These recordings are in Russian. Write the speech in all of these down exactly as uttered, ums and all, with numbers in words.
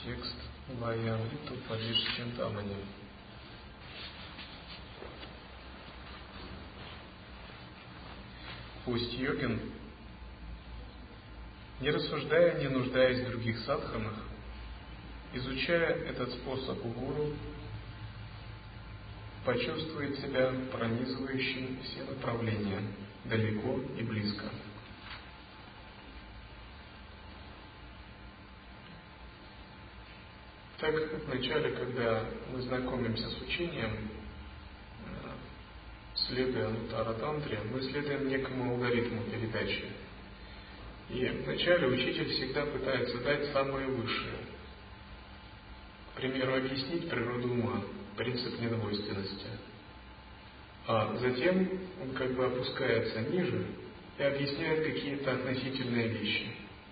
Текст Ваямриту Падишчинтамани. Пусть йогин, не рассуждая, не нуждаясь в других садханах, изучая этот способ у гуру, почувствует себя пронизывающим все направления, далеко и близко. Так как вначале, когда мы знакомимся с учением, следуя Анутара-тантре, мы следуем некому алгоритму передачи. И вначале учитель всегда пытается дать самое высшее. К примеру, объяснить природу ума, принцип недвойственности. А затем он как бы опускается ниже и объясняет какие-то относительные вещи.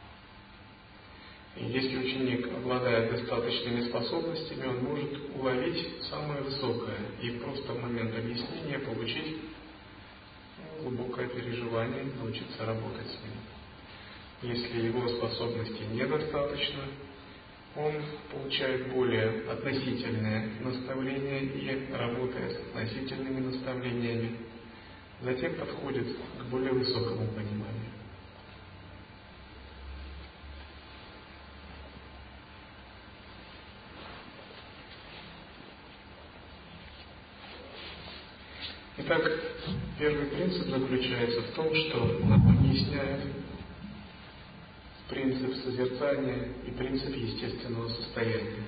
И если ученик обладает достаточными способностями, он может уловить самое высокое и просто в момент объяснения получить глубокое переживание и научиться работать с ним. Если его способностей недостаточно, он получает более относительные наставления и, работая с относительными наставлениями, затем подходит к более высокому пониманию. Итак, первый принцип заключается в том, что нам объясняет принцип созерцания и принцип естественного состояния.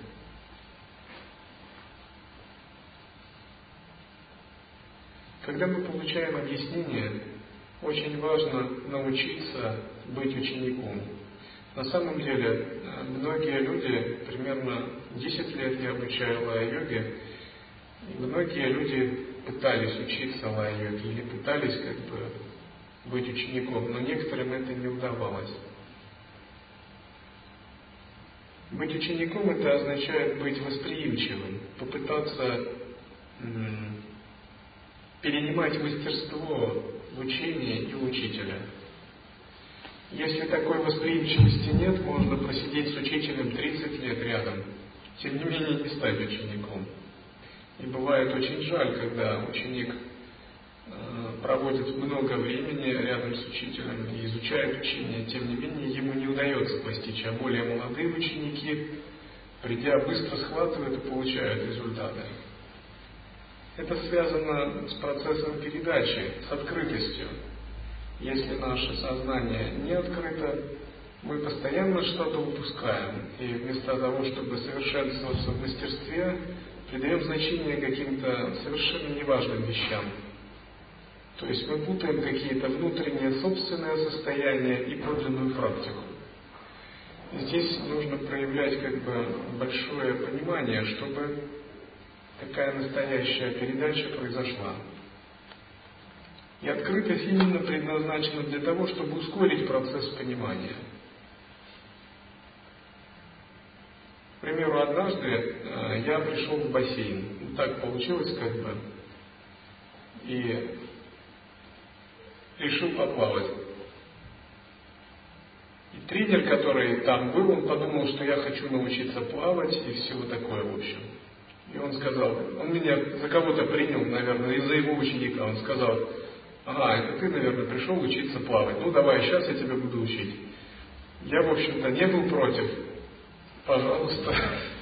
Когда мы получаем объяснение, очень важно научиться быть учеником. На самом деле, многие люди, примерно десять лет я обучаю лая-йоге, и многие люди пытались учиться лая-йоге или пытались как бы быть учеником, но некоторым это не удавалось. Быть учеником — это означает быть восприимчивым, попытаться м- перенимать мастерство в учении и у учителя. Если такой восприимчивости нет, можно просидеть с учителем тридцать лет рядом, тем не менее не стать учеником. И бывает очень жаль, когда ученик э, проводит много времени рядом с учителем и изучает учение, тем не менее ему не удается постичь, а более молодые ученики, придя, быстро схватывают и получают результаты. Это связано с процессом передачи, с открытостью. Если наше сознание не открыто, мы постоянно что-то упускаем, и вместо того, чтобы совершенствоваться в мастерстве, придаем значение каким-то совершенно неважным вещам. То есть мы путаем какие-то внутренние собственные состояния и подлинную практику. И здесь нужно проявлять как бы большое понимание, чтобы такая настоящая передача произошла. И открытость именно предназначена для того, чтобы ускорить процесс понимания. К примеру, однажды э, я пришел в бассейн. Ну, так получилось как бы. И решил поплавать. И тренер, который там был, он подумал, что я хочу научиться плавать и всего такое, в общем. И он сказал, он меня за кого-то принял, наверное, из-за его ученика. Он сказал: ага, это ты, наверное, пришел учиться плавать. Ну, давай, сейчас я тебя буду учить. Я, в общем-то, не был против. Пожалуйста.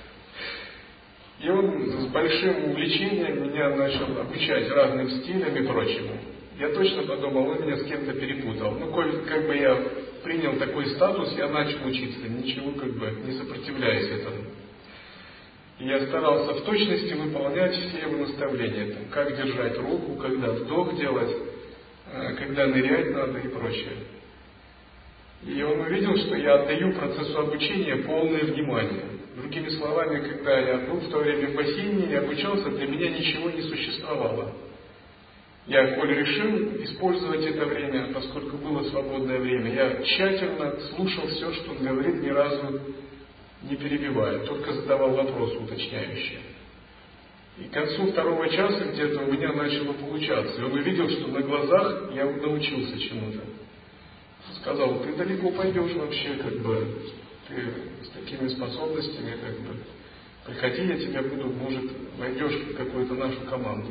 И он с большим увлечением меня начал обучать разным стилям и прочему. Я точно подумал, он меня с кем-то перепутал. Ну, коль как бы я принял такой статус, я начал учиться, ничего как бы не сопротивляясь этому. И я старался в точности выполнять все его наставления. Там, как держать руку, когда вдох делать, когда нырять надо и прочее. И он увидел, что я отдаю процессу обучения полное внимание. Другими словами, когда я был в то время в бассейне и обучался, для меня ничего не существовало. Я, коль решил использовать это время, поскольку было свободное время, я тщательно слушал все, что он говорит, ни разу не перебивая, только задавал вопросы уточняющие. И к концу второго часа где-то у меня начало получаться. И он увидел, что на глазах я научился чему-то. Сказал: ты далеко пойдешь вообще, как бы. ты с такими способностями, как бы, приходи, я тебя буду, может, войдешь в какую-то нашу команду.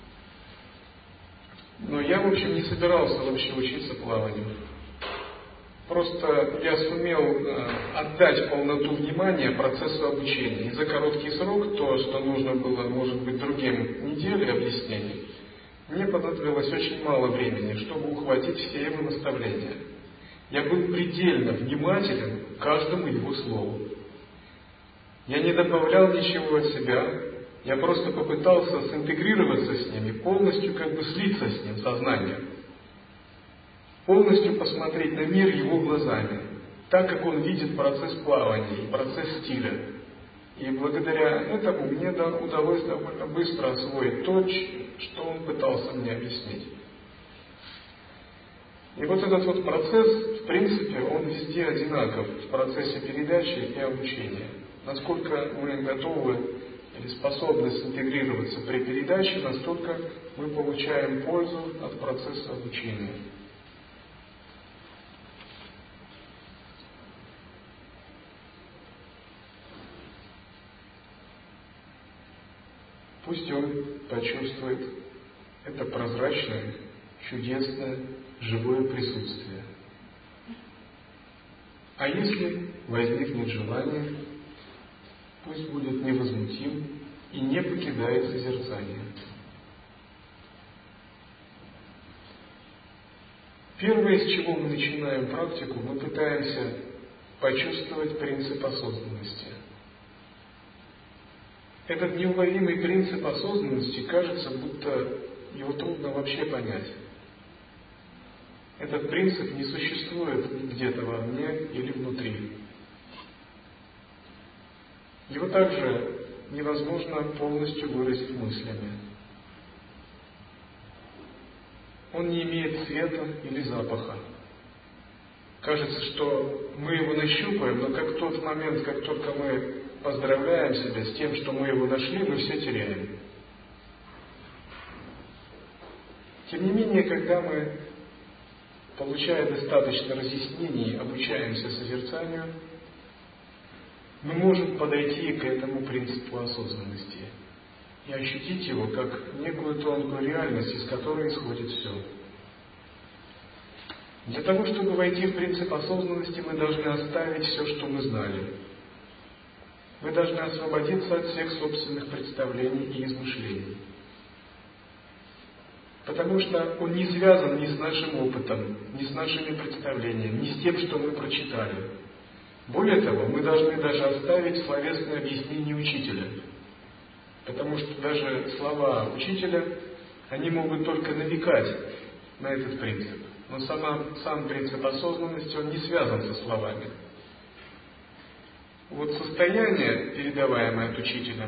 Но я, в общем, не собирался вообще учиться плаванию. Просто я сумел э, отдать полноту внимания процессу обучения. И за короткий срок то, что нужно было, может быть, другим недели объяснений, мне понадобилось очень мало времени, чтобы ухватить все его наставления. Я был предельно внимателен к каждому его слову. Я не добавлял ничего от себя, я просто попытался синтегрироваться с ним и полностью как бы слиться с ним сознанием. Полностью посмотреть на мир его глазами, так как он видит процесс плавания и процесс стиля. И благодаря этому мне удалось довольно быстро освоить то, что он пытался мне объяснить. И вот этот вот процесс, в принципе, он везде одинаков в процессе передачи и обучения. Насколько мы готовы или способны синтегрироваться при передаче, настолько мы получаем пользу от процесса обучения. Пусть он почувствует это прозрачное, чудесное, живое присутствие. А если возникнет желание, пусть будет невозмутим и не покидает созерцание. Первое, с чего мы начинаем практику, мы пытаемся почувствовать принцип осознанности. Этот неуловимый принцип осознанности, кажется, будто его трудно вообще понять. Этот принцип не существует где-то вовне или внутри. Его также невозможно полностью выразить мыслями. Он не имеет цвета или запаха. Кажется, что мы его нащупаем, но как в тот момент, как только мы поздравляем себя с тем, что мы его нашли, мы все теряем. Тем не менее, когда мы, получая достаточно разъяснений, обучаемся созерцанию, мы можем подойти к этому принципу осознанности и ощутить его как некую тонкую реальность, из которой исходит все. Для того, чтобы войти в принцип осознанности, мы должны оставить все, что мы знали. Мы должны освободиться от всех собственных представлений и измышлений. Потому что он не связан ни с нашим опытом, ни с нашими представлениями, ни с тем, что мы прочитали. Более того, мы должны даже оставить словесное объяснение учителя. Потому что даже слова учителя, они могут только намекать на этот принцип. Но сама, сам принцип осознанности, он не связан со словами. Вот состояние, передаваемое от учителя,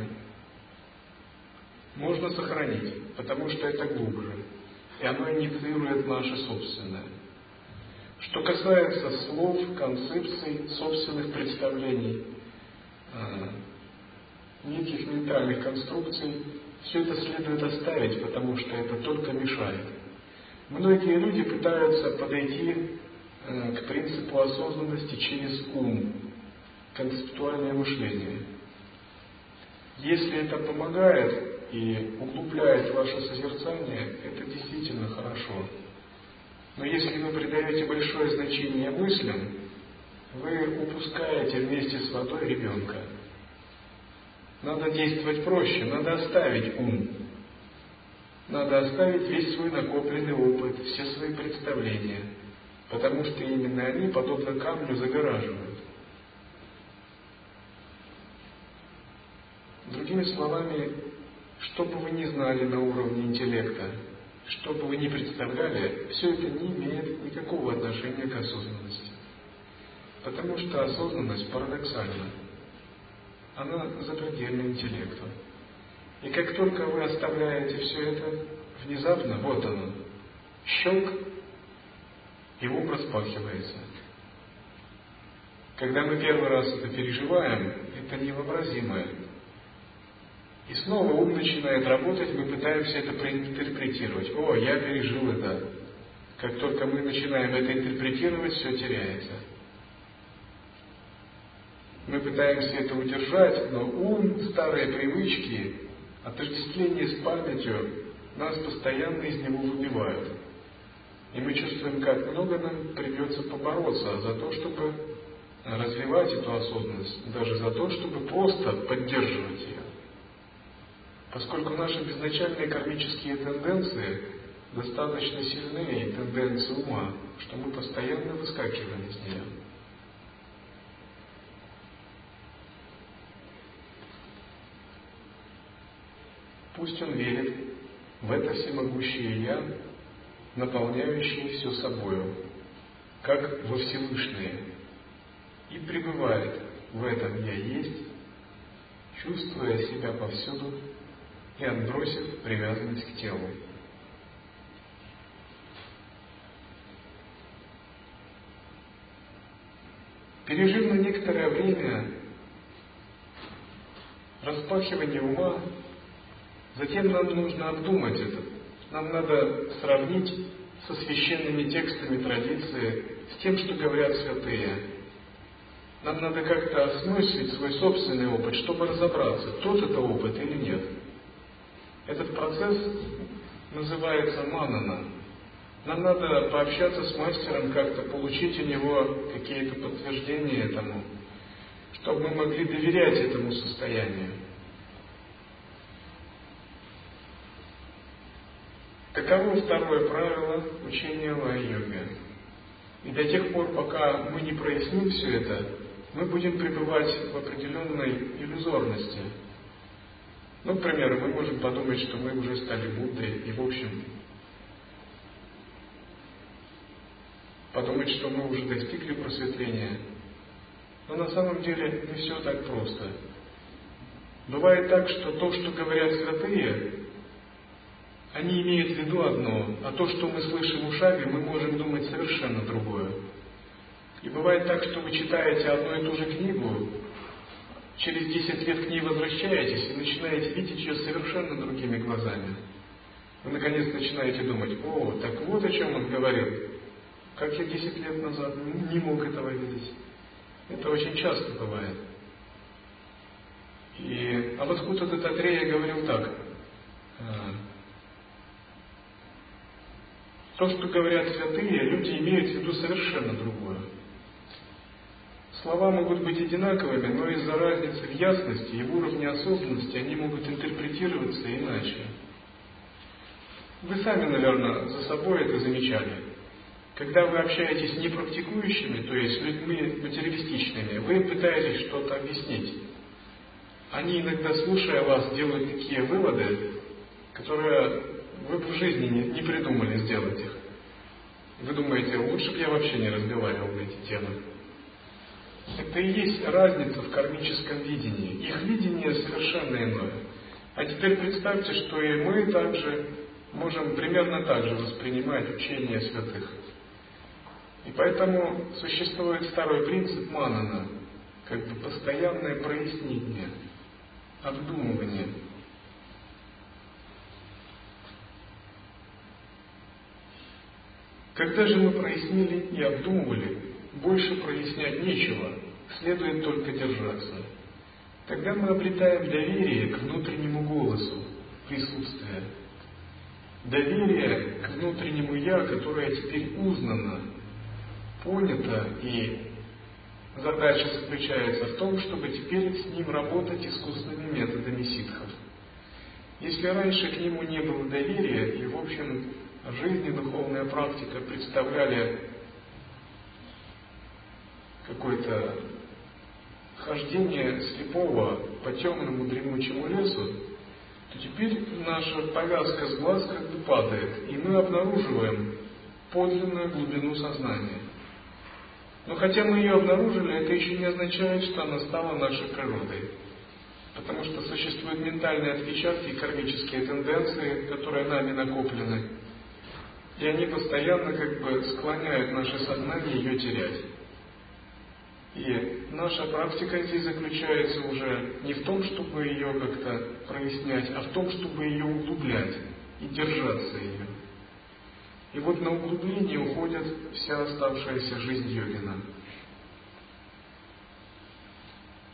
можно сохранить, потому что это глубже, и оно инициирует наше собственное. Что касается слов, концепций, собственных представлений, неких ментальных конструкций, все это следует оставить, потому что это только мешает. Многие люди пытаются подойти к принципу осознанности через ум, концептуальное мышление. Если это помогает и углубляет ваше созерцание, это действительно хорошо. Но если вы придаете большое значение мыслям, вы упускаете вместе с водой ребенка. Надо действовать проще, надо оставить ум. Надо оставить весь свой накопленный опыт, все свои представления, потому что именно они, подобно камню, загораживают. Другими словами, что бы вы ни знали на уровне интеллекта, что бы вы ни представляли, все это не имеет никакого отношения к осознанности. Потому что осознанность парадоксальна. Она запредельна интеллекту. И как только вы оставляете все это, внезапно, вот оно, щелк, и ум распахивается. Когда мы первый раз это переживаем, это невообразимое. И снова ум начинает работать, мы пытаемся это проинтерпретировать. О, я пережил это. Как только мы начинаем это интерпретировать, все теряется. Мы пытаемся это удержать, но ум, старые привычки, отождествление с памятью нас постоянно из него выбивают. И мы чувствуем, как много нам придется побороться за то, чтобы развивать эту осознанность, даже за то, чтобы просто поддерживать ее. Поскольку наши безначальные кармические тенденции достаточно сильные, тенденции ума, что мы постоянно выскакиваем из нее. Пусть он верит в это всемогущее Я, наполняющее все собою, как во Всевышнее, и пребывает в этом Я есть, чувствуя себя повсюду и отбросив привязанность к телу. Пережив на некоторое время распахивание ума, затем нам нужно обдумать это. Нам надо сравнить со священными текстами традиции, с тем, что говорят святые. Нам надо как-то осмыслить свой собственный опыт, чтобы разобраться, тот это опыт или нет. Этот процесс называется манана. Нам надо пообщаться с мастером, как-то получить у него какие-то подтверждения этому, чтобы мы могли доверять этому состоянию. Таково второе правило учения лая-йоги. И до тех пор, пока мы не проясним все это, мы будем пребывать в определенной иллюзорности. Ну, к примеру, мы можем подумать, что мы уже стали Буддой, и в общем подумать, что мы уже достигли просветления. Но на самом деле не все так просто. Бывает так, что то, что говорят святые, они имеют в виду одно, а то, что мы слышим ушами, мы можем думать совершенно другое. И бывает так, что вы читаете одну и ту же книгу, через десять лет к ней возвращаетесь и начинаете видеть ее совершенно другими глазами. Вы наконец начинаете думать: о, так вот о чем он говорил. Как я десять лет назад не мог этого видеть. Это очень часто бывает. И, а вот Хуто Даттатрея говорил так: то, что говорят святые, люди имеют в виду совершенно другое. Слова могут быть одинаковыми, но из-за разницы в ясности и в уровне осознанности они могут интерпретироваться иначе. Вы сами, наверное, за собой это замечали. Когда вы общаетесь с непрактикующими, то есть людьми материалистичными, вы пытаетесь что-то объяснить. Они иногда, слушая вас, делают такие выводы, которые вы в жизни не, не придумали сделать их. Вы думаете: лучше бы я вообще не разговаривал на эти темы. Это и есть разница в кармическом видении. Их видение совершенно иное. А теперь представьте, что и мы также можем примерно так же воспринимать учение святых. И поэтому существует второй принцип манана, как бы постоянное прояснение, обдумывание. Когда же мы прояснили и обдумывали, больше прояснять нечего, следует только держаться. Тогда мы обретаем доверие к внутреннему голосу присутствия. Доверие к внутреннему «я», которое теперь узнано, понято, и задача заключается в том, чтобы теперь с ним работать искусственными методами ситхов. Если раньше к нему не было доверия, и в общем жизнь и духовная практика представляли какое-то хождение слепого по темному дремучему лесу, то теперь наша повязка с глаз как бы падает, и мы обнаруживаем подлинную глубину сознания. Но хотя мы ее обнаружили, это еще не означает, что она стала нашей природой. Потому что существуют ментальные отпечатки и кармические тенденции, которые нами накоплены. И они постоянно как бы склоняют наше сознание ее терять. И наша практика здесь заключается уже не в том, чтобы ее как-то прояснять, а в том, чтобы ее углублять и держаться ее. И вот на углубление уходит вся оставшаяся жизнь йогина.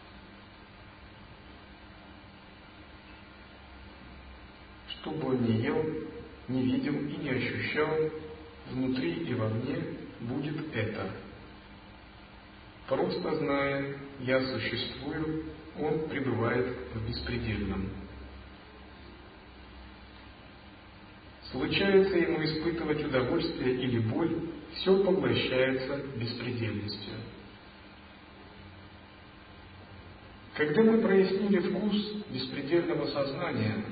что бы он ни ел, не видел и не ощущал, внутри и вовне будет это. Просто зная «я существую», он пребывает в беспредельном. Случается ему испытывать удовольствие или боль, все поглощается беспредельностью. Когда мы прояснили вкус беспредельного сознания,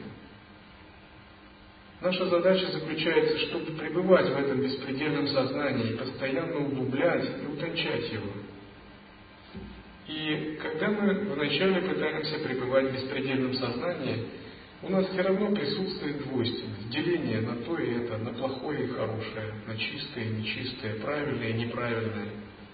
наша задача заключается, чтобы пребывать в этом беспредельном сознании, постоянно углублять и утончать его. И когда мы вначале пытаемся пребывать в беспредельном сознании, у нас все равно присутствует двойственность, деление на то и это, на плохое и хорошее, на чистое и нечистое, правильное и неправильное.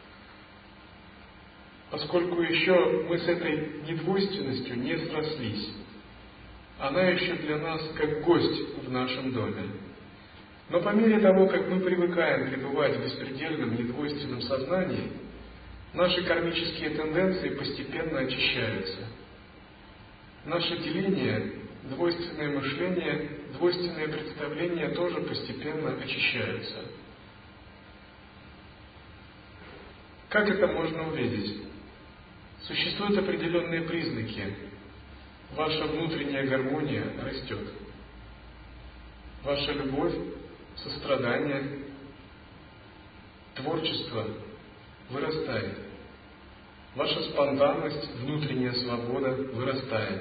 Поскольку еще мы с этой недвойственностью не срослись, она еще для нас как гость в нашем доме. Но по мере того, как мы привыкаем пребывать в беспредельном, недвойственном сознании, наши кармические тенденции постепенно очищаются. Наше деление, двойственное мышление, двойственное представление тоже постепенно очищаются. Как это можно увидеть? Существуют определенные признаки. Ваша внутренняя гармония растет. Ваша любовь, сострадание, творчество вырастает. Ваша спонтанность, внутренняя свобода вырастает.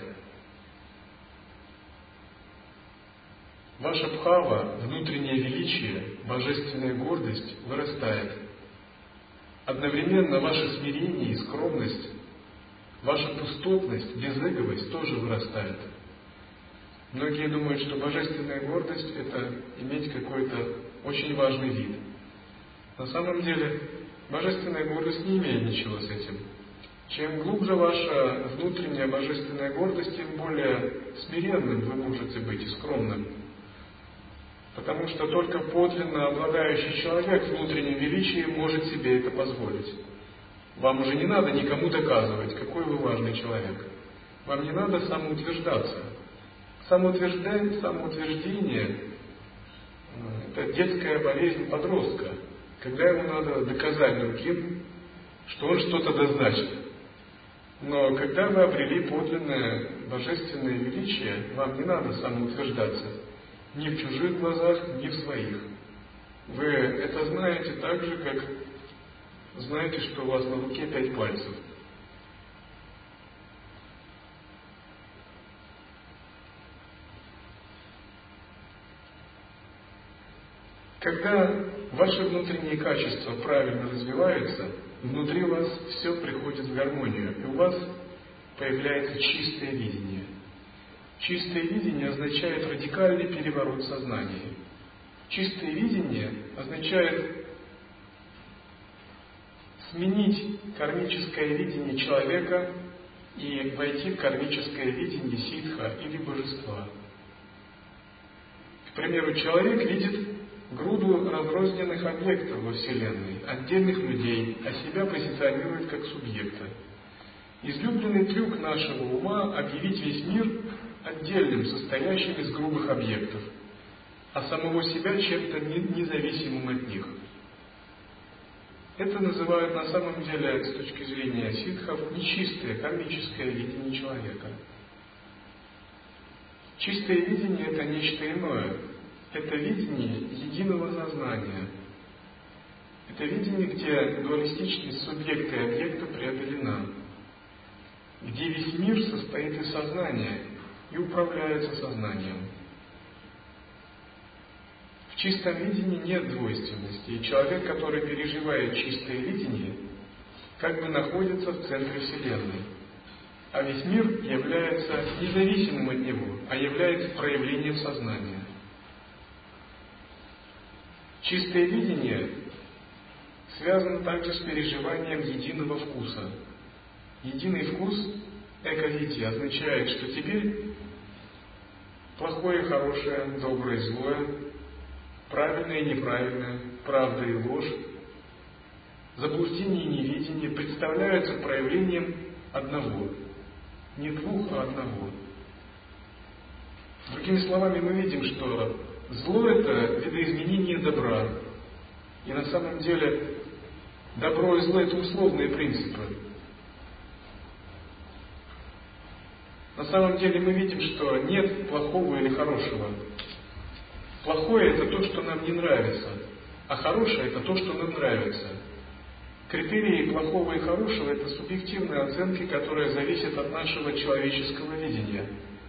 Ваша бхава, внутреннее величие, божественная гордость вырастает. Одновременно ваше смирение и скромность, ваша пустотность, безыговость тоже вырастает. Многие думают, что божественная гордость – это иметь какой-то очень важный вид. На самом деле, божественная гордость не имеет ничего с этим. Чем глубже ваша внутренняя божественная гордость, тем более смиренным вы можете быть и скромным. Потому что только подлинно обладающий человек внутренним величием может себе это позволить. Вам уже не надо никому доказывать, какой вы важный человек. Вам не надо самоутверждаться. Самоутверждение, самоутверждение – это детская болезнь подростка, когда ему надо доказать другим, что он что-то дозначит. Но когда вы обрели подлинное божественное величие, вам не надо самоутверждаться ни в чужих глазах, ни в своих. Вы это знаете так же, как знаете, что у вас на руке пять пальцев. Когда ваши внутренние качества правильно развиваются, внутри вас все приходит в гармонию, и у вас появляется чистое видение. Чистое видение означает радикальный переворот сознания. Чистое видение означает сменить кармическое видение человека и войти в кармическое видение ситха или божества. К примеру, человек видит груду разрозненных объектов во Вселенной, отдельных людей, а себя позиционирует как субъекта. Излюбленный трюк нашего ума – объявить весь мир отдельным, состоящим из грубых объектов, а самого себя чем-то независимым от них. Это называют на самом деле, с точки зрения ситхов, нечистое кармическое видение человека. Чистое видение – это нечто иное. Это видение единого сознания. Это видение, где дуалистичность субъекта и объекта преодолена, где весь мир состоит из сознания и управляется сознанием. В чистом видении нет двойственности, и человек, который переживает чистое видение, как бы находится в центре Вселенной, а весь мир является независимым от него, а является проявлением сознания. Чистое видение связано также с переживанием единого вкуса. Единый вкус эко-види означает, что теперь плохое и хорошее, доброе и злое, правильное и неправильное, правда и ложь, заблуждение и невидение представляются проявлением одного, не двух, а одного. Другими словами, мы видим, что зло – это видоизменение добра. И на самом деле добро и зло – это условные принципы. На самом деле мы видим, что нет плохого или хорошего. Плохое – это то, что нам не нравится, а хорошее – это то, что нам нравится. Критерии плохого и хорошего – это субъективные оценки, которые зависят от нашего человеческого видения.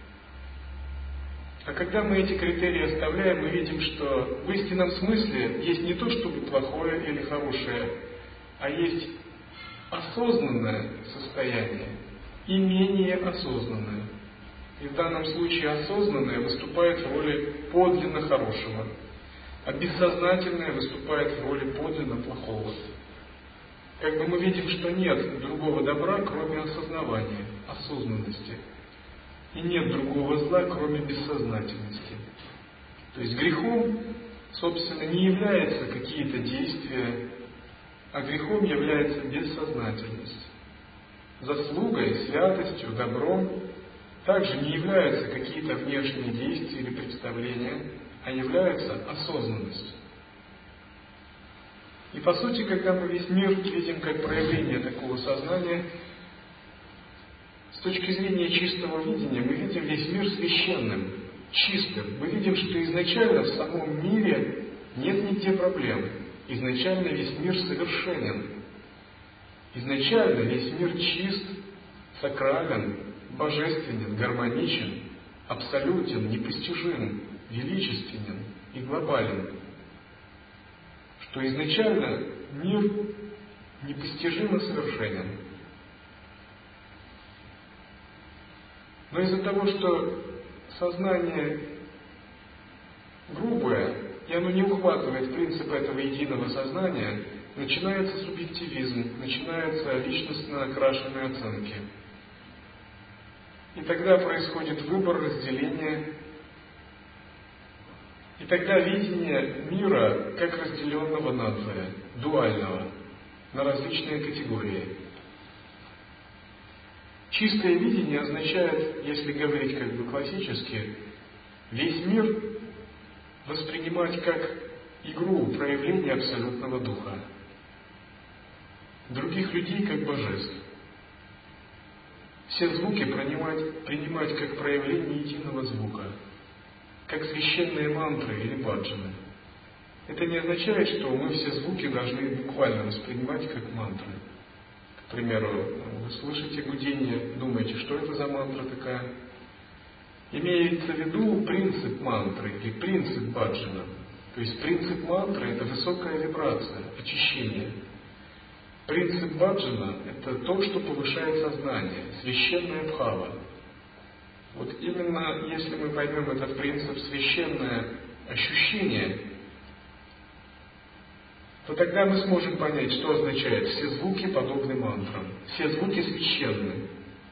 А когда мы эти критерии оставляем, мы видим, что в истинном смысле есть не то, чтобы плохое или хорошее, а есть осознанное состояние и менее осознанное. И в данном случае осознанное выступает в роли подлинно хорошего, а бессознательное выступает в роли подлинно плохого. Как бы мы видим, что нет другого добра, кроме осознавания, осознанности. И нет другого зла, кроме бессознательности. То есть грехом, собственно, не являются какие-то действия, а грехом является бессознательность. Заслугой, святостью, добром также не являются какие-то внешние действия или представления, а является осознанность. И по сути, когда мы весь мир видим как проявление такого сознания, с точки зрения чистого видения, мы видим весь мир священным, чистым. Мы видим, что изначально в самом мире нет нигде проблем. Изначально весь мир совершенен. Изначально весь мир чист, сакрален, божественен, гармоничен, абсолютен, непостижим, величественен и глобален. Что изначально мир непостижимо совершенен. Но из-за того, что сознание грубое, и оно не ухватывает принцип этого единого сознания, начинается субъективизм, начинаются личностно окрашенные оценки. И тогда происходит выбор, разделение. И тогда видение мира как разделенного надвое, дуального, на различные категории. Чистое видение означает, если говорить как бы классически, весь мир воспринимать как игру проявления абсолютного духа. Других людей как божеств. Все звуки принимать, принимать как проявление единого звука, как священные мантры или баджаны. Это не означает, что мы все звуки должны буквально воспринимать как мантры. К примеру, вы слышите гудение, думаете, что это за мантра такая? Имеется в виду принцип мантры или принцип баджана. То есть принцип мантры – это высокая вибрация, очищение. Принцип баджана – это то, что повышает сознание, священная бхава. Вот именно если мы поймем этот принцип священное ощущение, то тогда мы сможем понять, что означает все звуки подобны мантрам, все звуки священны.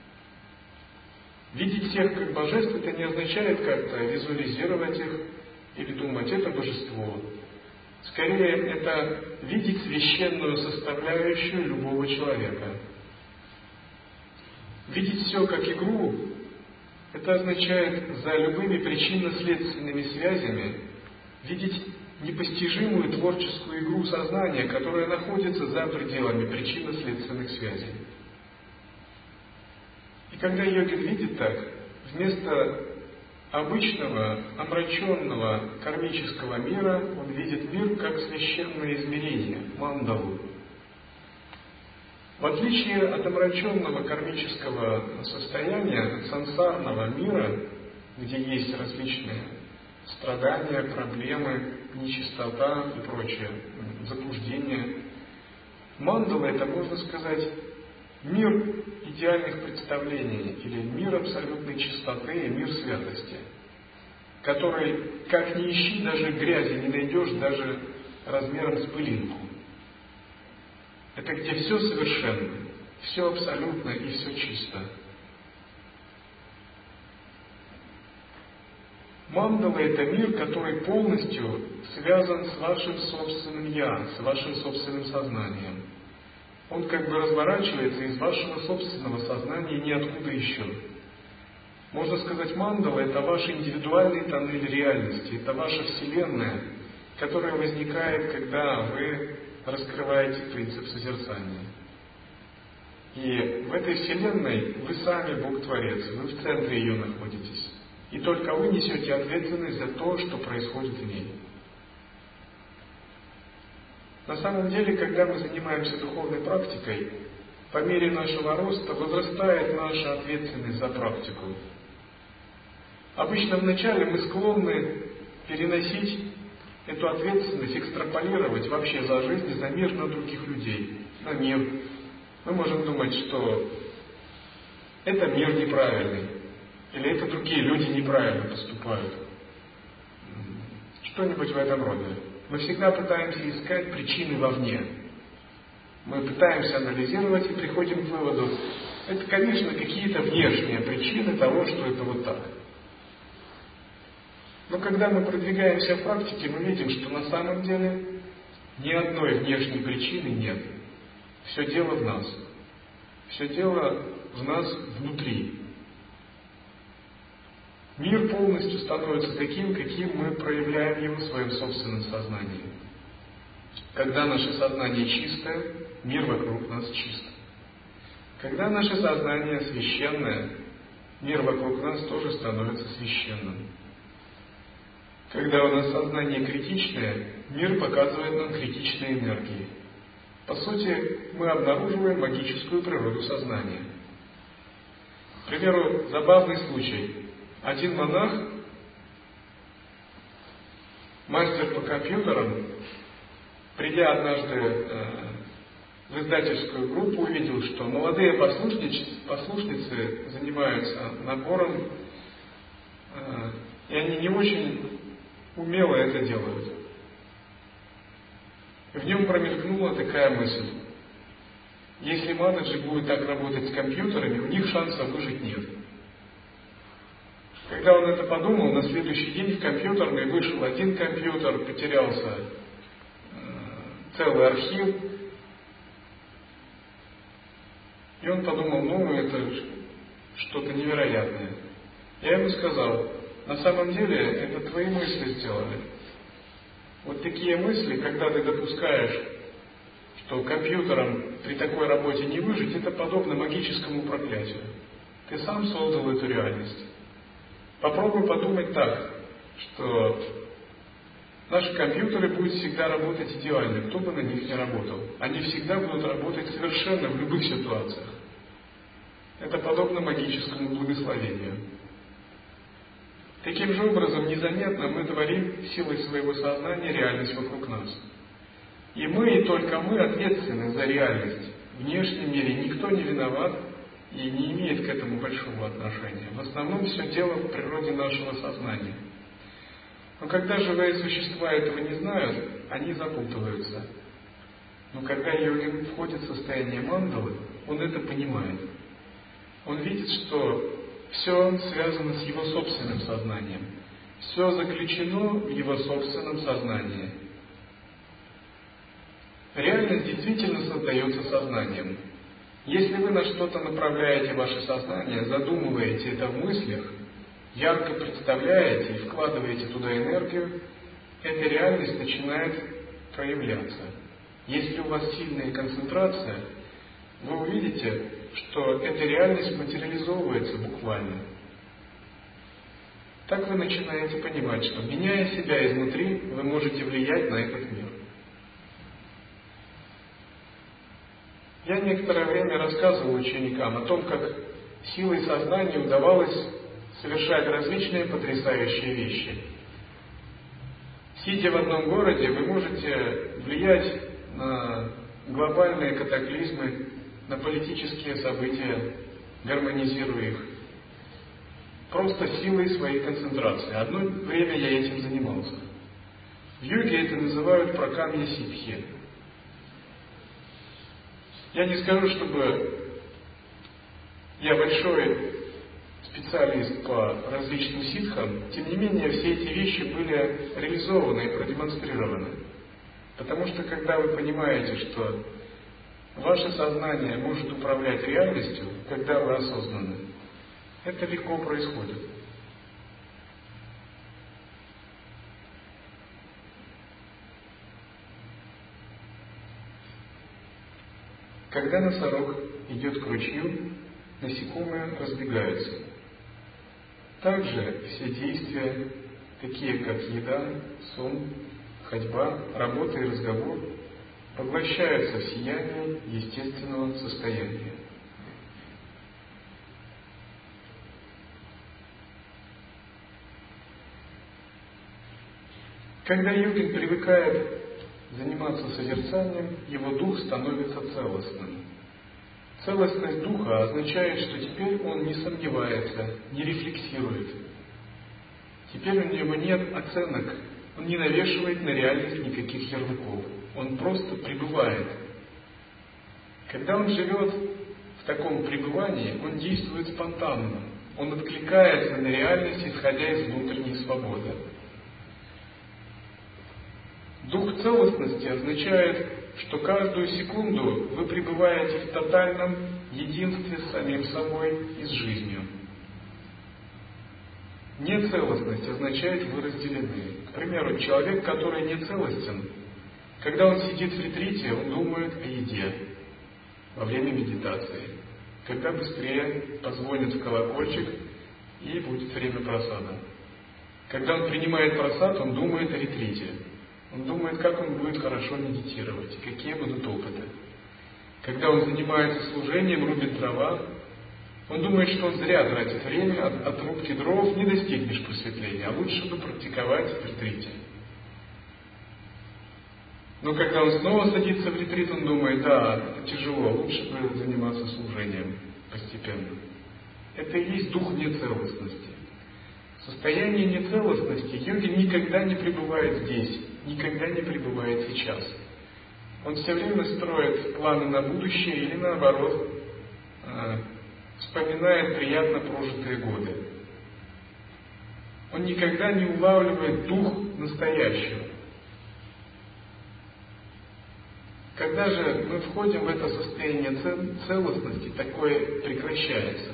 Видеть всех как божеств это не означает как-то визуализировать их или думать, это божество. Скорее, это видеть священную составляющую любого человека. Видеть все как игру, это означает за любыми причинно-следственными связями видеть непостижимую творческую игру сознания, которая находится за пределами причинно-следственных связей. И когда йогин видит так, вместо обычного, омраченного кармического мира, он видит мир как священное измерение, мандалу. В отличие от омраченного кармического состояния, сансарного мира, где есть различные страдания, проблемы, нечистота и прочее, заблуждение, мандала — это, можно сказать, мир идеальных представлений или мир абсолютной чистоты и мир святости, который, как ни ищи, даже грязи не найдешь, даже размером с пылинку. Это где все совершенно, все абсолютно и все чисто. Мандала — это мир, который полностью связан с вашим собственным «я», с вашим собственным сознанием. Он как бы разворачивается из вашего собственного сознания ниоткуда еще. Можно сказать, мандала — это ваш индивидуальный тоннель реальности, это ваша вселенная, которая возникает, когда вы раскрываете принцип созерцания. И в этой вселенной вы сами Бог-творец, вы в центре ее находитесь. И только вы несете ответственность за то, что происходит в ней. На самом деле, когда мы занимаемся духовной практикой, по мере нашего роста возрастает наша ответственность за практику. Обычно вначале мы склонны переносить эту ответственность, экстраполировать вообще за жизнь, за мир на других людей, на мир. Мы можем думать, что это мир неправильный, или это другие люди неправильно поступают. Что-нибудь в этом роде. Мы всегда пытаемся искать причины вовне. Мы пытаемся анализировать и приходим к выводу, это, конечно, какие-то внешние причины того, что это вот так. Но когда мы продвигаемся в практике, мы видим, что на самом деле ни одной внешней причины нет. Все дело в нас. Все дело в нас внутри. Мир полностью становится таким, каким мы проявляем его в своем собственном сознании. Когда наше сознание чистое, мир вокруг нас чист. Когда наше сознание священное, мир вокруг нас тоже становится священным. Когда у нас сознание критичное, мир показывает нам критичные энергии. По сути, мы обнаруживаем магическую природу сознания. К примеру, забавный случай. Один монах, мастер по компьютерам, придя однажды э, в издательскую группу, увидел, что молодые послушницы, послушницы занимаются набором, э, и они не очень умело это делают. В нем промелькнула такая мысль. Если менеджер будет так работать с компьютерами, у них шансов выжить нет. Когда он это подумал, на следующий день в компьютерной вышел один компьютер, потерялся э, целый архив. И он подумал, ну это что-то невероятное. Я ему сказал, на самом деле это твои мысли сделали. Вот такие мысли, когда ты допускаешь, что компьютером при такой работе не выжить, это подобно магическому проклятию. Ты сам создал эту реальность. Попробуй подумать так, что наши компьютеры будут всегда работать идеально, кто бы на них ни работал. Они всегда будут работать совершенно в любых ситуациях. Это подобно магическому благословению. Таким же образом, незаметно мы творим силой своего сознания реальность вокруг нас. И мы, и только мы ответственны за реальность. В внешнем мире никто не виноват и не имеет к этому большого отношения. В основном все дело в природе нашего сознания. Но когда живые существа этого не знают, они запутываются. Но когда йогин входит в состояние мандалы, он это понимает. Он видит, что все связано с его собственным сознанием. Все заключено в его собственном сознании. Реальность действительно создается сознанием. Если вы на что-то направляете ваше сознание, задумываете это в мыслях, ярко представляете и вкладываете туда энергию, эта реальность начинает проявляться. Если у вас сильная концентрация, вы увидите, что эта реальность материализовывается буквально. Так вы начинаете понимать, что, меняя себя изнутри, вы можете влиять на этот мир. Я некоторое время рассказывал ученикам о том, как силой сознания удавалось совершать различные потрясающие вещи. Сидя в одном городе, вы можете влиять на глобальные катаклизмы, на политические события, гармонизируя их. Просто силой своей концентрации. Одно время я этим занимался. В йоге это называют пракамья ситхи. Я не скажу, чтобы я большой специалист по различным ситхам, тем не менее все эти вещи были реализованы и продемонстрированы. Потому что когда вы понимаете, что ваше сознание может управлять реальностью, когда вы осознаны, Это легко происходит. Когда носорог идет к ручью, насекомые разбегаются. Также все действия, такие как еда, сон, ходьба, работа и разговор, поглощаются в сиянии естественного состояния. Когда йогин привыкает заниматься созерцанием, его дух становится целостным. Целостность духа означает, что теперь он не сомневается, не рефлексирует. Теперь у него нет оценок, он не навешивает на реальность никаких ярлыков. Он просто пребывает. Когда он живет в таком пребывании, он действует спонтанно. Он откликается на реальность, исходя из внутренней свободы. Дух целостности означает, что каждую секунду вы пребываете в тотальном единстве с самим собой и с жизнью. Нецелостность означает, вы разделены. К примеру, человек, который нецелостен, когда он сидит в ретрите, он думает о еде во время медитации. Когда быстрее позвонит в колокольчик и будет время просада. Когда он принимает просад, он думает о ретрите. Он думает, как он будет хорошо медитировать, какие будут опыты. Когда он занимается служением, рубит дрова, он думает, что он зря тратит время, от, от рубки дров не достигнешь просветления, а лучше бы практиковать в ретрите. Но когда он снова садится в ретрит, он думает, да, тяжело, лучше бы заниматься служением постепенно. Это и есть дух нецелостности. В состоянии нецелостности йогин никогда не пребывает здесь, никогда не пребывает сейчас. Он все время строит планы на будущее или наоборот, э, вспоминает приятно прожитые годы. Он никогда не улавливает дух настоящего. Когда же мы входим в это состояние целостности, такое прекращается.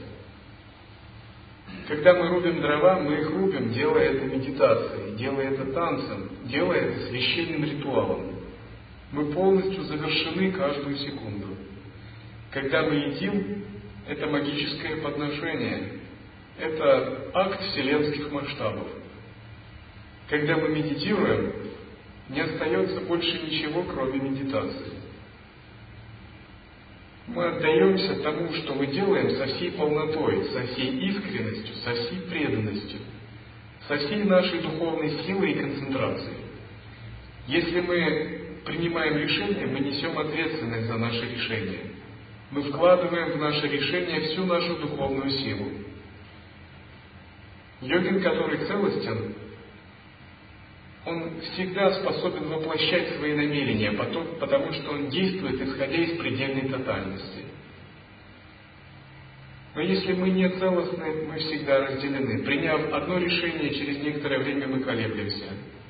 Когда мы рубим дрова, мы их рубим, делая это медитацией, делая это танцем, делая это священным ритуалом. Мы полностью завершены каждую секунду. Когда мы едим, это магическое подношение, это акт вселенских масштабов. Когда мы медитируем, не остается больше ничего, кроме медитации. Мы отдаемся тому, что мы делаем, со всей полнотой, со всей искренностью, со всей преданностью, со всей нашей духовной силой и концентрацией. Если мы принимаем решение, мы несем ответственность за наше решение. Мы вкладываем в наше решение всю нашу духовную силу. Йогин, который целостен, он всегда способен воплощать свои намерения, потому что он действует, исходя из предельной тотальности. Но если мы не целостны, мы всегда разделены. Приняв одно решение, через некоторое время мы колеблемся.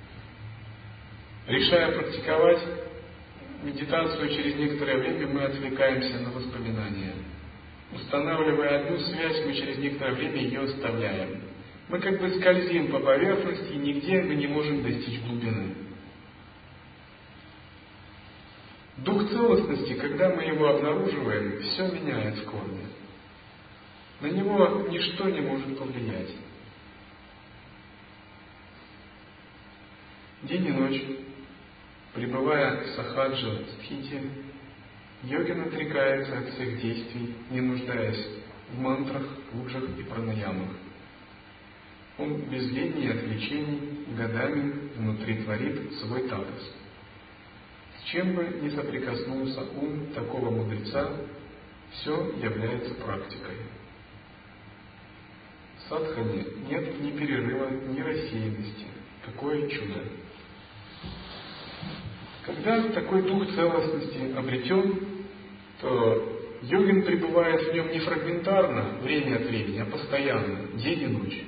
Решая практиковать медитацию, через некоторое время мы отвлекаемся на воспоминания. Устанавливая одну связь, мы через некоторое время ее оставляем. Мы как бы скользим по поверхности, и нигде мы не можем достичь глубины. Дух целостности, когда мы его обнаруживаем, все меняет в корне. На него ничто не может повлиять. День и ночь, пребывая в сахаджа стхити, йогин отрекается от всех действий, не нуждаясь в мантрах, пуджах и пранаямах. Он без лени и отвлечений годами внутри творит свой тапас. С чем бы ни соприкоснулся ум такого мудреца, все является практикой. В садхане нет ни перерыва, ни рассеянности. Какое чудо! Когда такой дух целостности обретен, то йогин пребывает в нем не фрагментарно, время от времени, а постоянно, день и ночь.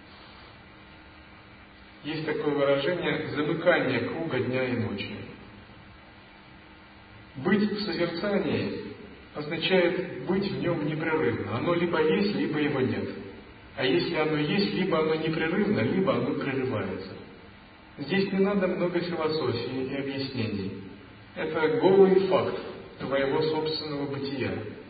Есть такое выражение «замыкание круга дня и ночи». Быть в созерцании означает быть в нем непрерывно. Оно либо есть, либо его нет. А если оно есть, либо оно непрерывно, либо оно прерывается. Здесь не надо много философии и объяснений. Это голый факт твоего собственного бытия.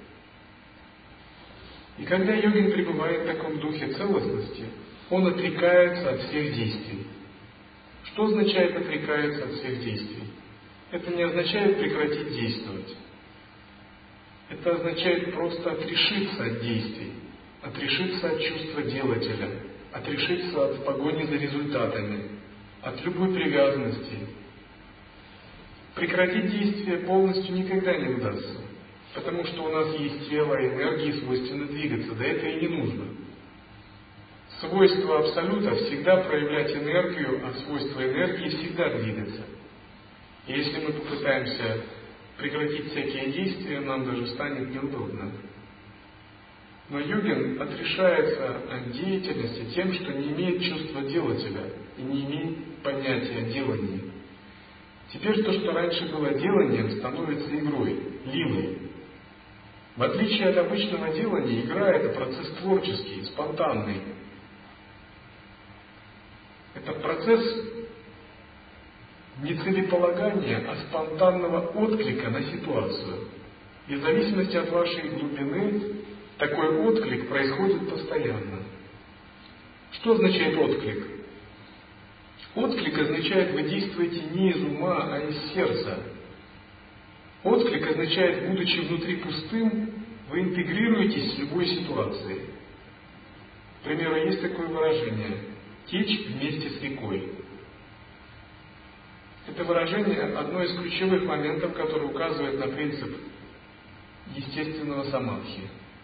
И когда йогин пребывает в таком духе целостности, он отрекается от всех действий. Что означает отрекается от всех действий? Это не означает прекратить действовать. Это означает просто отрешиться от действий, отрешиться от чувства делателя, отрешиться от погони за результатами, от любой привязанности. Прекратить действие полностью никогда не удастся, потому что у нас есть тело, энергии, свойственно двигаться, да это и не нужно. Свойство Абсолюта всегда проявлять энергию, а свойство энергии всегда двигаться. И если мы попытаемся прекратить всякие действия, нам даже станет неудобно. Но йогин отрешается от деятельности тем, что не имеет чувства делателя и не имеет понятия делания. Теперь то, что раньше было деланием, становится игрой, лилой. В отличие от обычного делания, игра – это процесс творческий, спонтанный. Это процесс не целеполагания, а спонтанного отклика на ситуацию. И в зависимости от вашей глубины, такой отклик происходит постоянно. Что означает отклик? Отклик означает, вы действуете не из ума, а из сердца. Отклик означает, будучи внутри пустым, вы интегрируетесь с любой ситуацией. К примеру, есть такое выражение «течь вместе с рекой». Это выражение одно из ключевых моментов, который указывает на принцип естественного самадхи.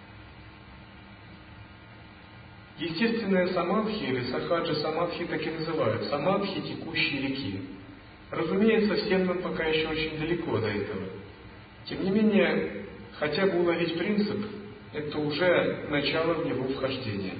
Естественная самадхи или сахаджа самадхи так и называют, самадхи текущей реки. Разумеется, всем нам пока еще очень далеко до этого. Тем не менее, хотя бы уловить принцип, это уже начало в него вхождения.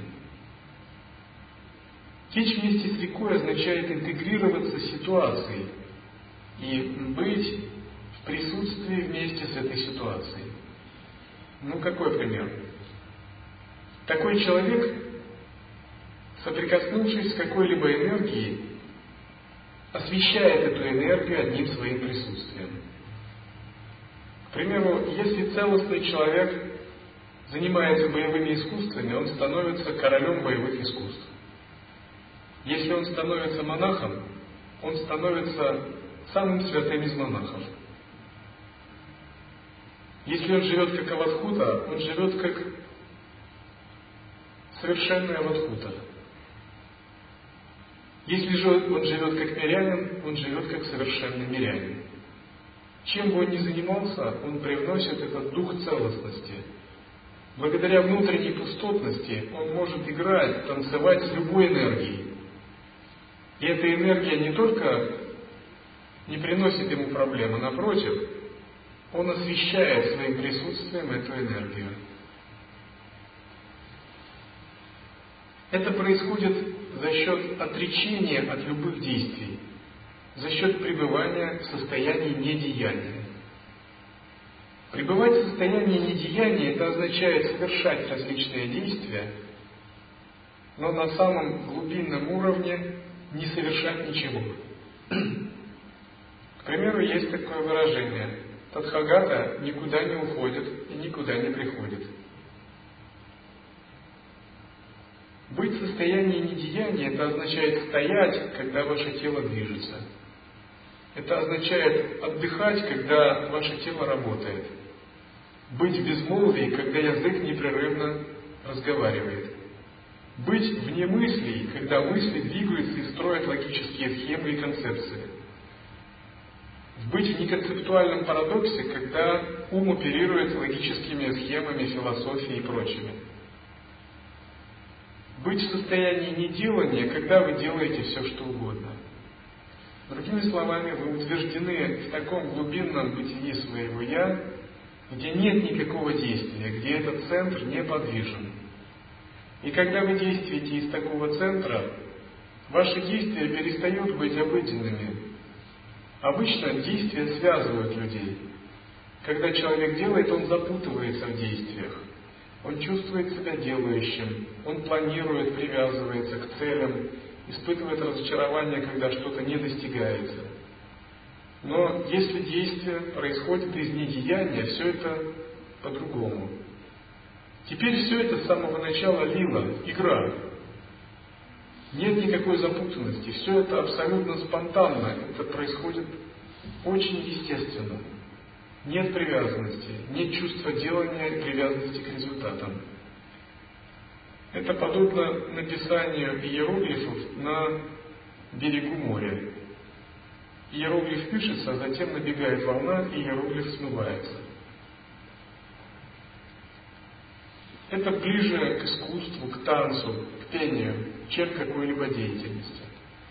Течь вместе с рекой означает интегрироваться с ситуацией и быть в присутствии вместе с этой ситуацией. Ну, какой пример? Такой человек, соприкоснувшись с какой-либо энергией, освещает эту энергию одним своим присутствием. К примеру, если целостный человек занимается боевыми искусствами, он становится королем боевых искусств. Если он становится монахом, он становится самым святым из монахов. Если он живет как авадхута, он живет как совершенный авадхута. Если же он живет как мирянин, он живет как совершенный мирянин. Чем бы он ни занимался, он привносит этот дух целостности. Благодаря внутренней пустотности он может играть, танцевать с любой энергией. И эта энергия не только не приносит ему проблем, а напротив, он освещает своим присутствием эту энергию. Это происходит за счет отречения от любых действий, за счет пребывания в состоянии недеяния. Пребывать в состоянии недеяния – это означает совершать различные действия, но на самом глубинном уровне не совершать ничего. К примеру, есть такое выражение: Тадхагата никуда не уходит и никуда не приходит. Быть в состоянии недеяния – это означает стоять, когда ваше тело движется. Это означает отдыхать, когда ваше тело работает. Быть в безмолвии, когда язык непрерывно разговаривает. Быть вне мыслей, когда мысли двигаются и строят логические схемы и концепции. Быть в неконцептуальном парадоксе, когда ум оперирует логическими схемами, философией и прочими. Быть в состоянии неделания, когда вы делаете все, что угодно. Другими словами, вы утверждены в таком глубинном бытии своего «я», где нет никакого действия, где этот центр неподвижен. И когда вы действуете из такого центра, ваши действия перестают быть обыденными. Обычно действия связывают людей. Когда человек делает, он запутывается в действиях. Он чувствует себя делающим, он планирует, привязывается к целям, испытывает разочарование, когда что-то не достигается. Но если действие происходит из недеяния, все это по-другому. Теперь все это с самого начала лила, игра. Нет никакой запутанности, все это абсолютно спонтанно, это происходит очень естественно. Нет привязанности, нет чувства делания и привязанности к результатам. Это подобно написанию иероглифов на берегу моря. Иероглиф пишется, а затем набегает волна, и иероглиф смывается. Это ближе к искусству, к танцу, к пению, чем к какой-либо деятельности.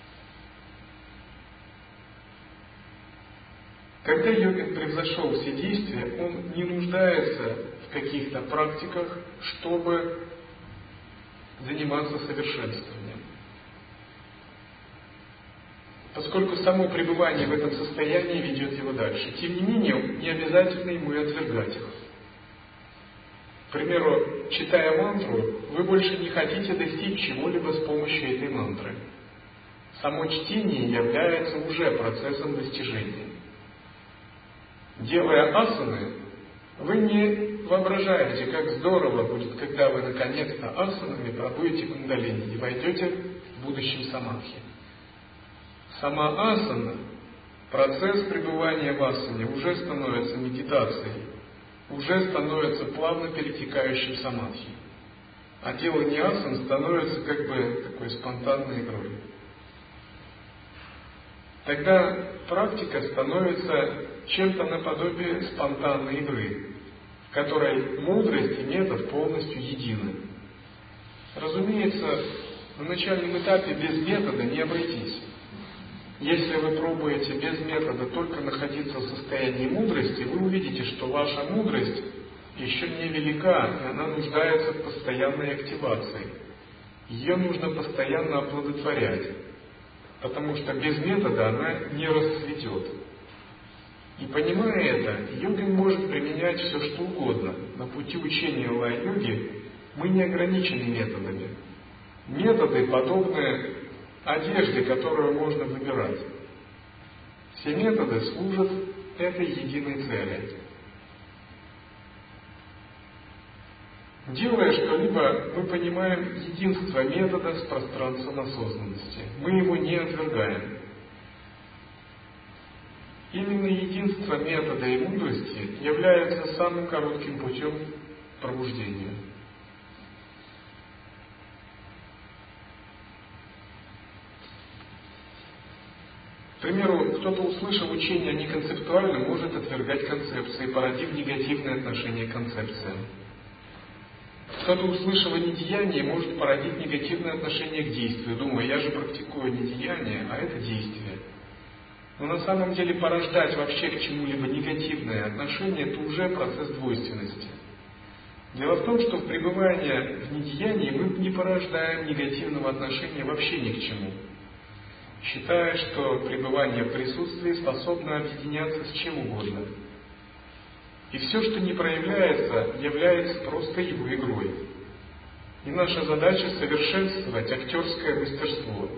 Когда йогин превзошел все действия, он не нуждается в каких-то практиках, чтобы заниматься совершенствованием. Поскольку само пребывание в этом состоянии ведет его дальше. Тем не менее, не обязательно ему и отвергать их. К примеру, читая мантру, вы больше не хотите достичь чего-либо с помощью этой мантры. Само чтение является уже процессом достижения. Делая асаны, вы не воображаете, как здорово будет, когда вы наконец-то асанами пробудете кундалини и войдете в будущем самадхи. Сама асана, процесс пребывания в асане уже становится медитацией, уже становится плавно перетекающим в самадхи. А делание асан становится как бы такой спонтанной игрой. Тогда практика становится чем-то наподобие спонтанной игры, в которой мудрость и метод полностью едины. Разумеется, на начальном этапе без метода не обойтись. Если вы пробуете без метода только находиться в состоянии мудрости, вы увидите, что ваша мудрость еще не велика, и она нуждается в постоянной активации. Ее нужно постоянно оплодотворять, потому что без метода она не расцветет. И понимая это, йогин может применять все, что угодно. На пути учения лай-йоги мы не ограничены методами. Методы подобны одежде, которую можно выбирать. Все методы служат этой единой цели. Делая что-либо, мы понимаем единство метода с пространством осознанности. Мы его не отвергаем. Именно единство метода и мудрости является самым коротким путем к пробуждению. К примеру, кто-то, услышав учение неконцептуально, может отвергать концепции, породив негативное отношение к концепциям. Кто-то, услышав о недеянии, может породить негативное отношение к действию, думая, я же практикую недеяние, а это действие. Но на самом деле порождать вообще к чему-либо негативное отношение – это уже процесс двойственности. Дело в том, что в пребывании в недеянии мы не порождаем негативного отношения вообще ни к чему, считая, что пребывание в присутствии способно объединяться с чем угодно. И все, что не проявляется, является просто его игрой. И наша задача – совершенствовать актерское мастерство.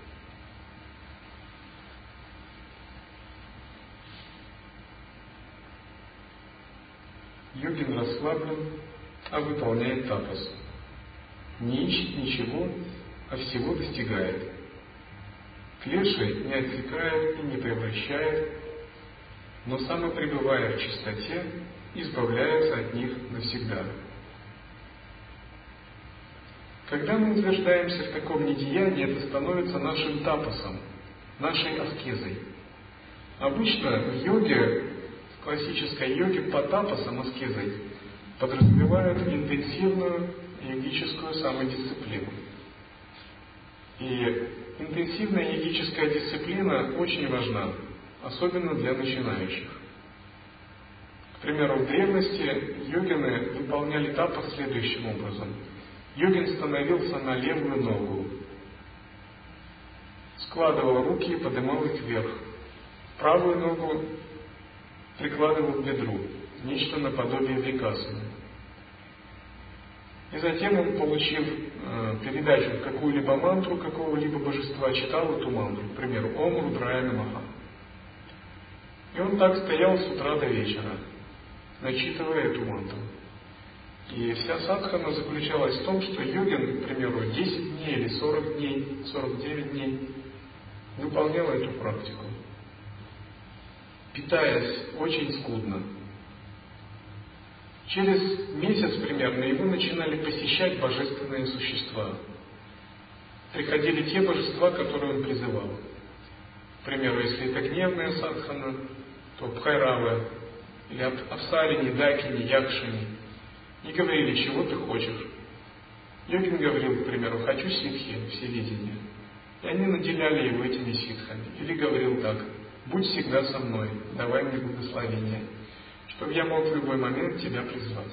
Йогин расслаблен, а выполняет тапас. Не ищет ничего, а всего достигает. Клеши не отсекает и не превращает, но самопребывая в чистоте, избавляется от них навсегда. Когда мы утверждаемся в таком недеянии, это становится нашим тапасом, нашей аскезой. Обычно в йоге, в классической йоге по тапасам, аскезой, подразумевают интенсивную йогическую самодисциплину. И интенсивная йогическая дисциплина очень важна, особенно для начинающих. К примеру, в древности йогины выполняли тапас следующим образом. Йогин становился на левую ногу, складывал руки и поднимал их вверх. Правую ногу прикладывал к бедру, нечто наподобие врикасаны. И затем он, получив э, передачу в какую-либо мантру какого-либо божества, читал эту мантру, к примеру, Ом Рудрая Намаха. И он так стоял с утра до вечера, начитывая эту мантру. И вся садхана заключалась в том, что йогин, к примеру, десять дней или сорок дней, сорок девять дней выполнял эту практику, питаясь очень скудно. Через месяц примерно его начинали посещать божественные существа. Приходили те божества, которые он призывал. К примеру, если это гневная садхана, то Бхайравы, или Апсарини, Дакини, Якшини, и говорили, чего ты хочешь. Йогин говорил, к примеру, хочу ситхи, всевидение. И они наделяли его этими ситхами. Или говорил так, будь всегда со мной, давай мне благословение, чтобы я мог в любой момент тебя призвать.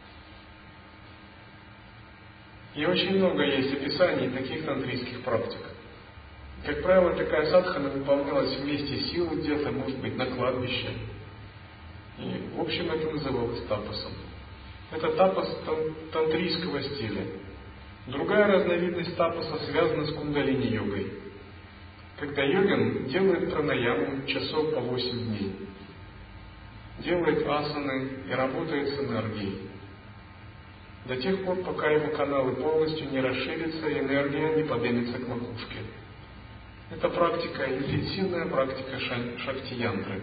И очень много есть описаний таких тантрийских практик. Как правило, такая садхана выполнялась вместе силы где-то, может быть, на кладбище. И, в общем, это называлось тапасом. Это тапас тантрийского стиля. Другая разновидность тапаса связана с кундалини-йогой. Когда йогин делает пранаяму часов по восемь дней, делает асаны и работает с энергией. До тех пор, пока его каналы полностью не расширятся и энергия не поднимется к макушке. Это практика, интенсивная практика шакти-янтры.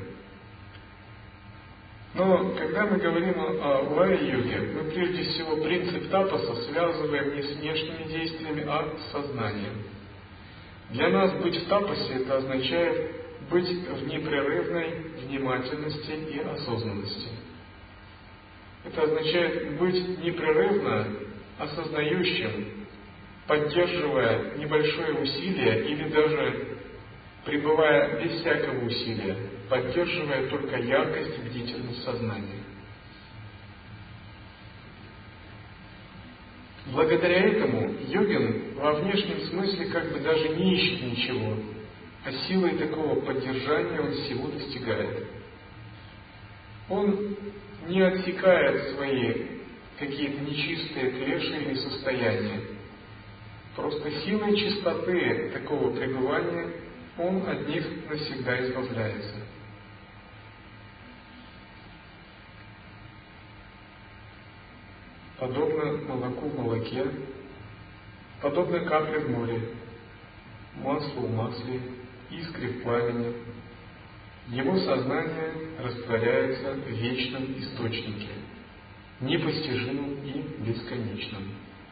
Но когда мы говорим о лая-йоге, мы прежде всего принцип тапаса связываем не с внешними действиями, а с сознанием. Для нас быть в тапасе это означает быть в непрерывной внимательности и осознанности. Это означает быть непрерывно осознающим, поддерживая небольшое усилие или даже пребывая без всякого усилия, поддерживая только яркость и бдительность сознания. Благодаря этому йогин во внешнем смысле как бы даже не ищет ничего, а силой такого поддержания он всего достигает. Он не отсекает свои какие-то нечистые клеши или состояния. Просто силой чистоты такого пребывания он от них навсегда избавляется. Подобно молоку в молоке, подобно капле в море, маслу в масле, искре в пламени, его сознание растворяется в вечном источнике, непостижимом и бесконечном.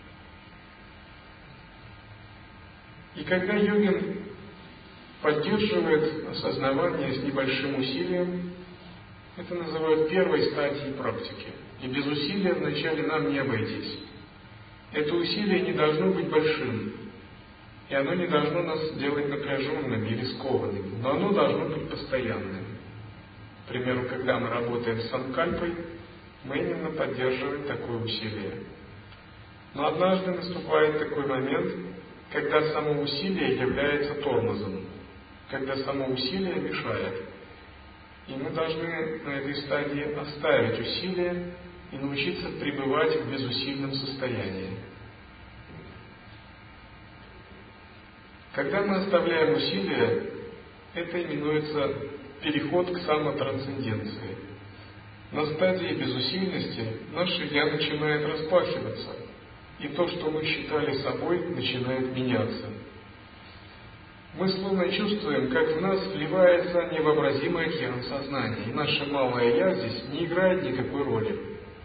И когда йогин поддерживает осознавание с небольшим усилием, это называют первой стадией практики. И без усилия вначале нам не обойтись. Это усилие не должно быть большим, и оно не должно нас делать напряженными или скованными, но оно должно быть постоянным. К примеру, когда мы работаем с санкальпой, мы именно поддерживаем такое усилие. Но однажды наступает такой момент, когда само усилие является тормозом, когда само усилие мешает. И мы должны на этой стадии оставить усилие и научиться пребывать в безусильном состоянии. Когда мы оставляем усилие, это именуется переход к самотрансценденции. На стадии безусильности наше «я» начинает распахиваться, и то, что мы считали собой, начинает меняться. Мы словно чувствуем, как в нас вливается невообразимый океан сознания, и наше малое «я» здесь не играет никакой роли.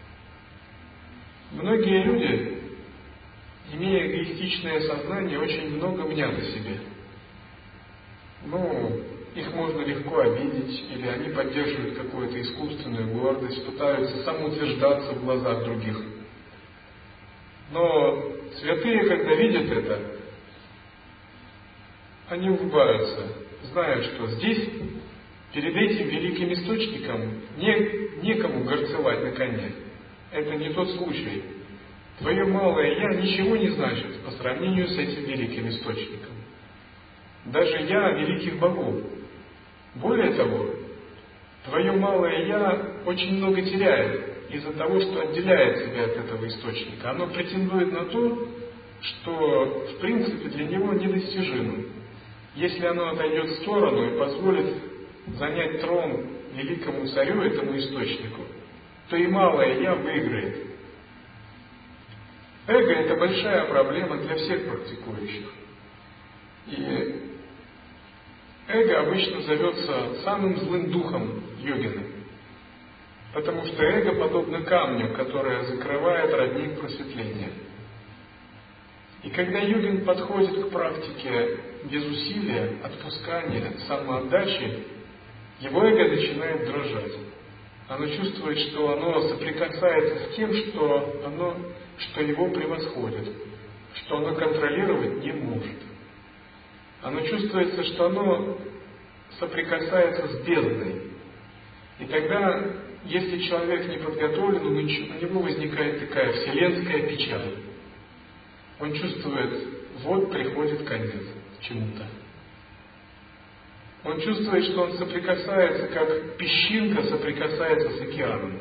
Многие люди, имея эгоистичное сознание, очень много мнят о себе. Ну, их можно легко обидеть, или они поддерживают какую-то искусственную гордость, пытаются самоутверждаться в глазах других. Но святые, когда видят это, они улыбаются, зная, что здесь, перед этим великим источником, не, некому горцевать на коне. Это не тот случай. Твое малое «я» ничего не значит по сравнению с этим великим источником. Даже «я» великих богов. Более того, твое малое «я» очень много теряет из-за того, что отделяет себя от этого источника. Оно претендует на то, что в принципе для него недостижимо. Если оно отойдет в сторону и позволит занять трон великому царю, этому источнику, то и малое «я» выиграет. Эго – это большая проблема для всех практикующих. И эго обычно зовется самым злым духом йогина, потому что эго подобно камню, которое закрывает родник просветления. И когда йогин подходит к практике без усилия, отпускания, самоотдачи, его эго начинает дрожать. Оно чувствует, что оно соприкасается с тем, что, оно, что его превосходит, что оно контролировать не может. Оно чувствуется, что оно соприкасается с бездной. И тогда, если человек не подготовлен, у него возникает такая вселенская печаль. Он чувствует, вот приходит конец чему-то. Он чувствует, что он соприкасается, как песчинка соприкасается с океаном.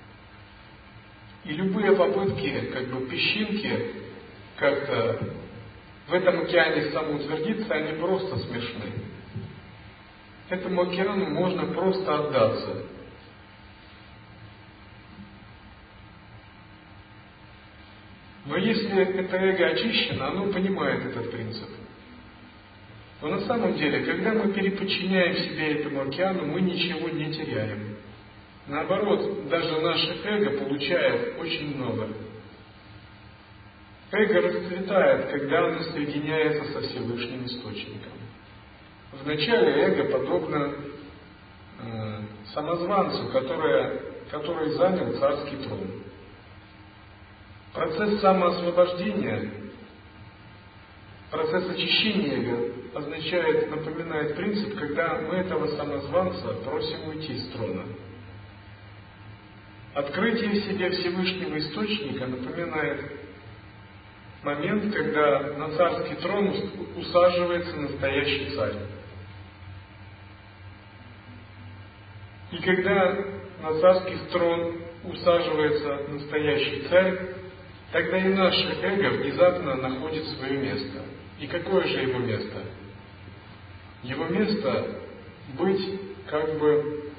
И любые попытки, как бы песчинки, как-то в этом океане самоутвердиться, они просто смешны. Этому океану можно просто отдаться. Но если это эго очищено, оно понимает этот принцип. Но на самом деле, когда мы переподчиняем себя этому океану, мы ничего не теряем. Наоборот, даже наше эго получает очень много. Эго расцветает, когда оно соединяется со Всевышним Источником. Вначале эго подобно э, самозванцу, который, который занял царский трон. Процесс самоосвобождения, процесс очищения эго означает, напоминает принцип, когда мы этого самозванца просим уйти с трона. Открытие в себе Всевышнего Источника напоминает момент, когда на царский трон усаживается настоящий царь. И когда на царский трон усаживается настоящий царь, тогда и наше эго внезапно находит свое место. И какое же его место? Его место быть как бы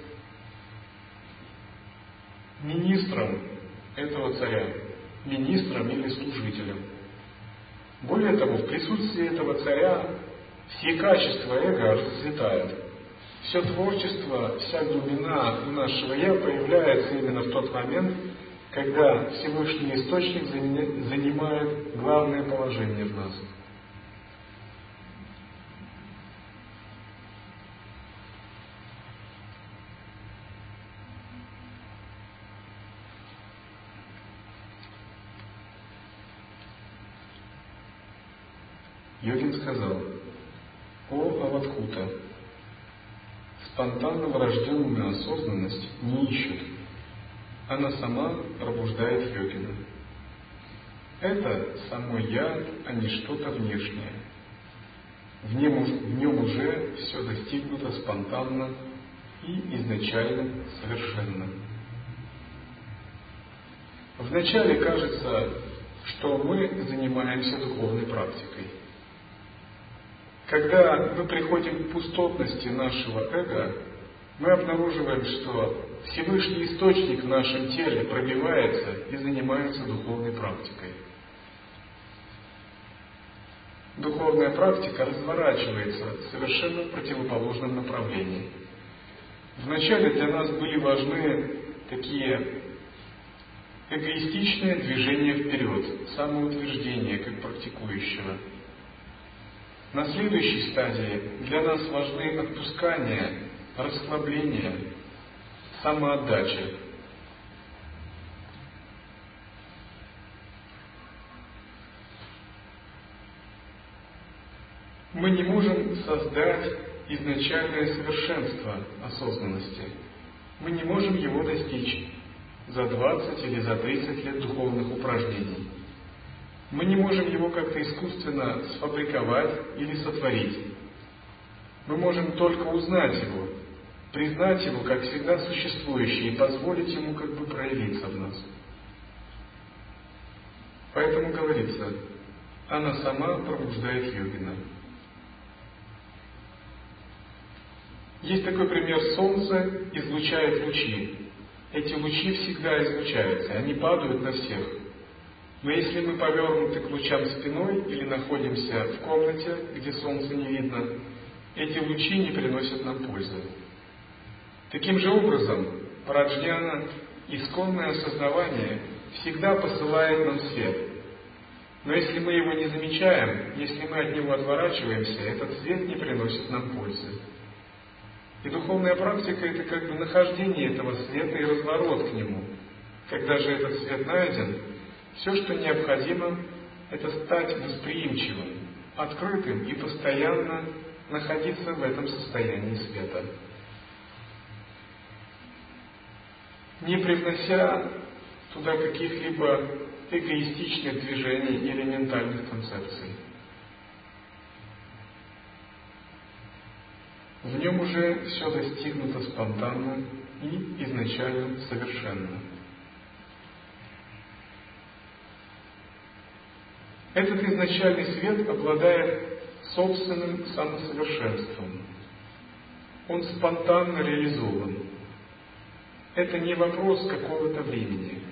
министром этого царя, министром или служителем. Более того, в присутствии этого царя все качества эго расцветают. Все творчество, вся глубина нашего «я» появляется именно в тот момент, когда Всевышний Источник занимает главное положение в нас. Йогин сказал: «О Авадхута, спонтанно врожденную осознанность не ищут, она сама пробуждает йогина. Это само «я», а не что-то внешнее. В нем, в нем уже все достигнуто спонтанно и изначально совершенно». Вначале кажется, что мы занимаемся духовной практикой. Когда мы приходим к пустотности нашего эго, мы обнаруживаем, что Всевышний Источник в нашем теле пробивается и занимается духовной практикой. Духовная практика разворачивается совершенно в противоположном направлении. Вначале для нас были важны такие эгоистичные движения вперед, самоутверждение как практикующего. На следующей стадии для нас важны отпускание, расслабление, самоотдача. Мы не можем создать изначальное совершенство осознанности. Мы не можем его достичь за двадцать или за тридцать лет духовных упражнений. Мы не можем его как-то искусственно сфабриковать или сотворить. Мы можем только узнать его. признать его как всегда существующий и позволить ему как бы проявиться в нас. Поэтому говорится, она сама пробуждает йогина. Есть такой пример: солнце излучает лучи. Эти лучи всегда излучаются, они падают на всех. Но если мы повернуты к лучам спиной или находимся в комнате, где солнце не видно, эти лучи не приносят нам пользы. Таким же образом, праджняна, исконное осознавание, всегда посылает нам свет. Но если мы его не замечаем, если мы от него отворачиваемся, этот свет не приносит нам пользы. И духовная практика — это как бы нахождение этого света и разворот к нему. Когда же этот свет найден, все, что необходимо, это стать восприимчивым, открытым и постоянно находиться в этом состоянии света, не привнося туда каких-либо эгоистичных движений или ментальных концепций. В нем уже все достигнуто спонтанно и изначально совершенно. Этот изначальный свет обладает собственным самосовершенством. Он спонтанно реализован. Это не вопрос какого-то времени.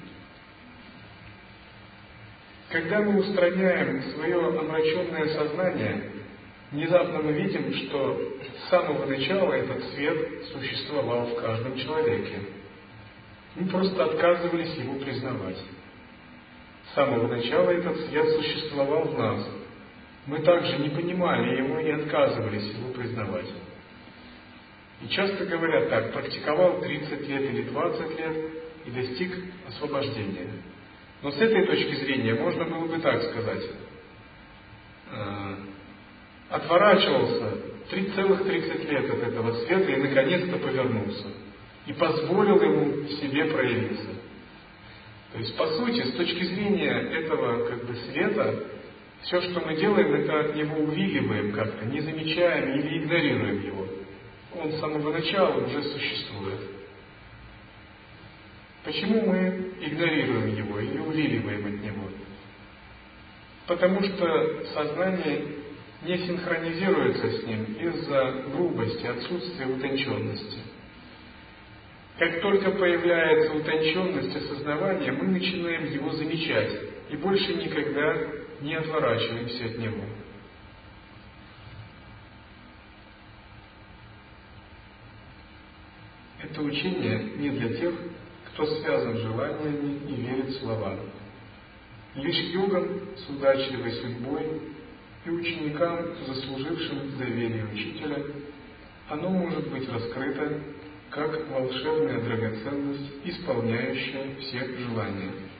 Когда мы устраняем свое омраченное сознание, внезапно мы видим, что с самого начала этот свет существовал в каждом человеке. Мы просто отказывались его признавать. С самого начала этот свет существовал в нас. Мы также не понимали его и отказывались его признавать. И часто говорят так: практиковал тридцать лет или двадцать лет и достиг освобождения. Но с этой точки зрения можно было бы так сказать: отворачивался три целых тридцать лет от этого света и наконец-то повернулся. И позволил ему в себе проявиться. То есть, по сути, с точки зрения этого как бы света, все, что мы делаем, это от него увиливаем как-то, не замечаем или игнорируем его. Он с самого начала уже существует. Почему мы игнорируем его или увиливаем от него? Потому что сознание не синхронизируется с ним из-за грубости, отсутствия утонченности. Как только появляется утонченность осознавания, мы начинаем его замечать и больше никогда не отворачиваемся от него. Это учение не для тех, кто связан желаниями и верит в слова. Лишь йогам с удачливой судьбой и ученикам, заслужившим доверие учителя, оно может быть раскрыто как волшебная драгоценность, исполняющая все желания.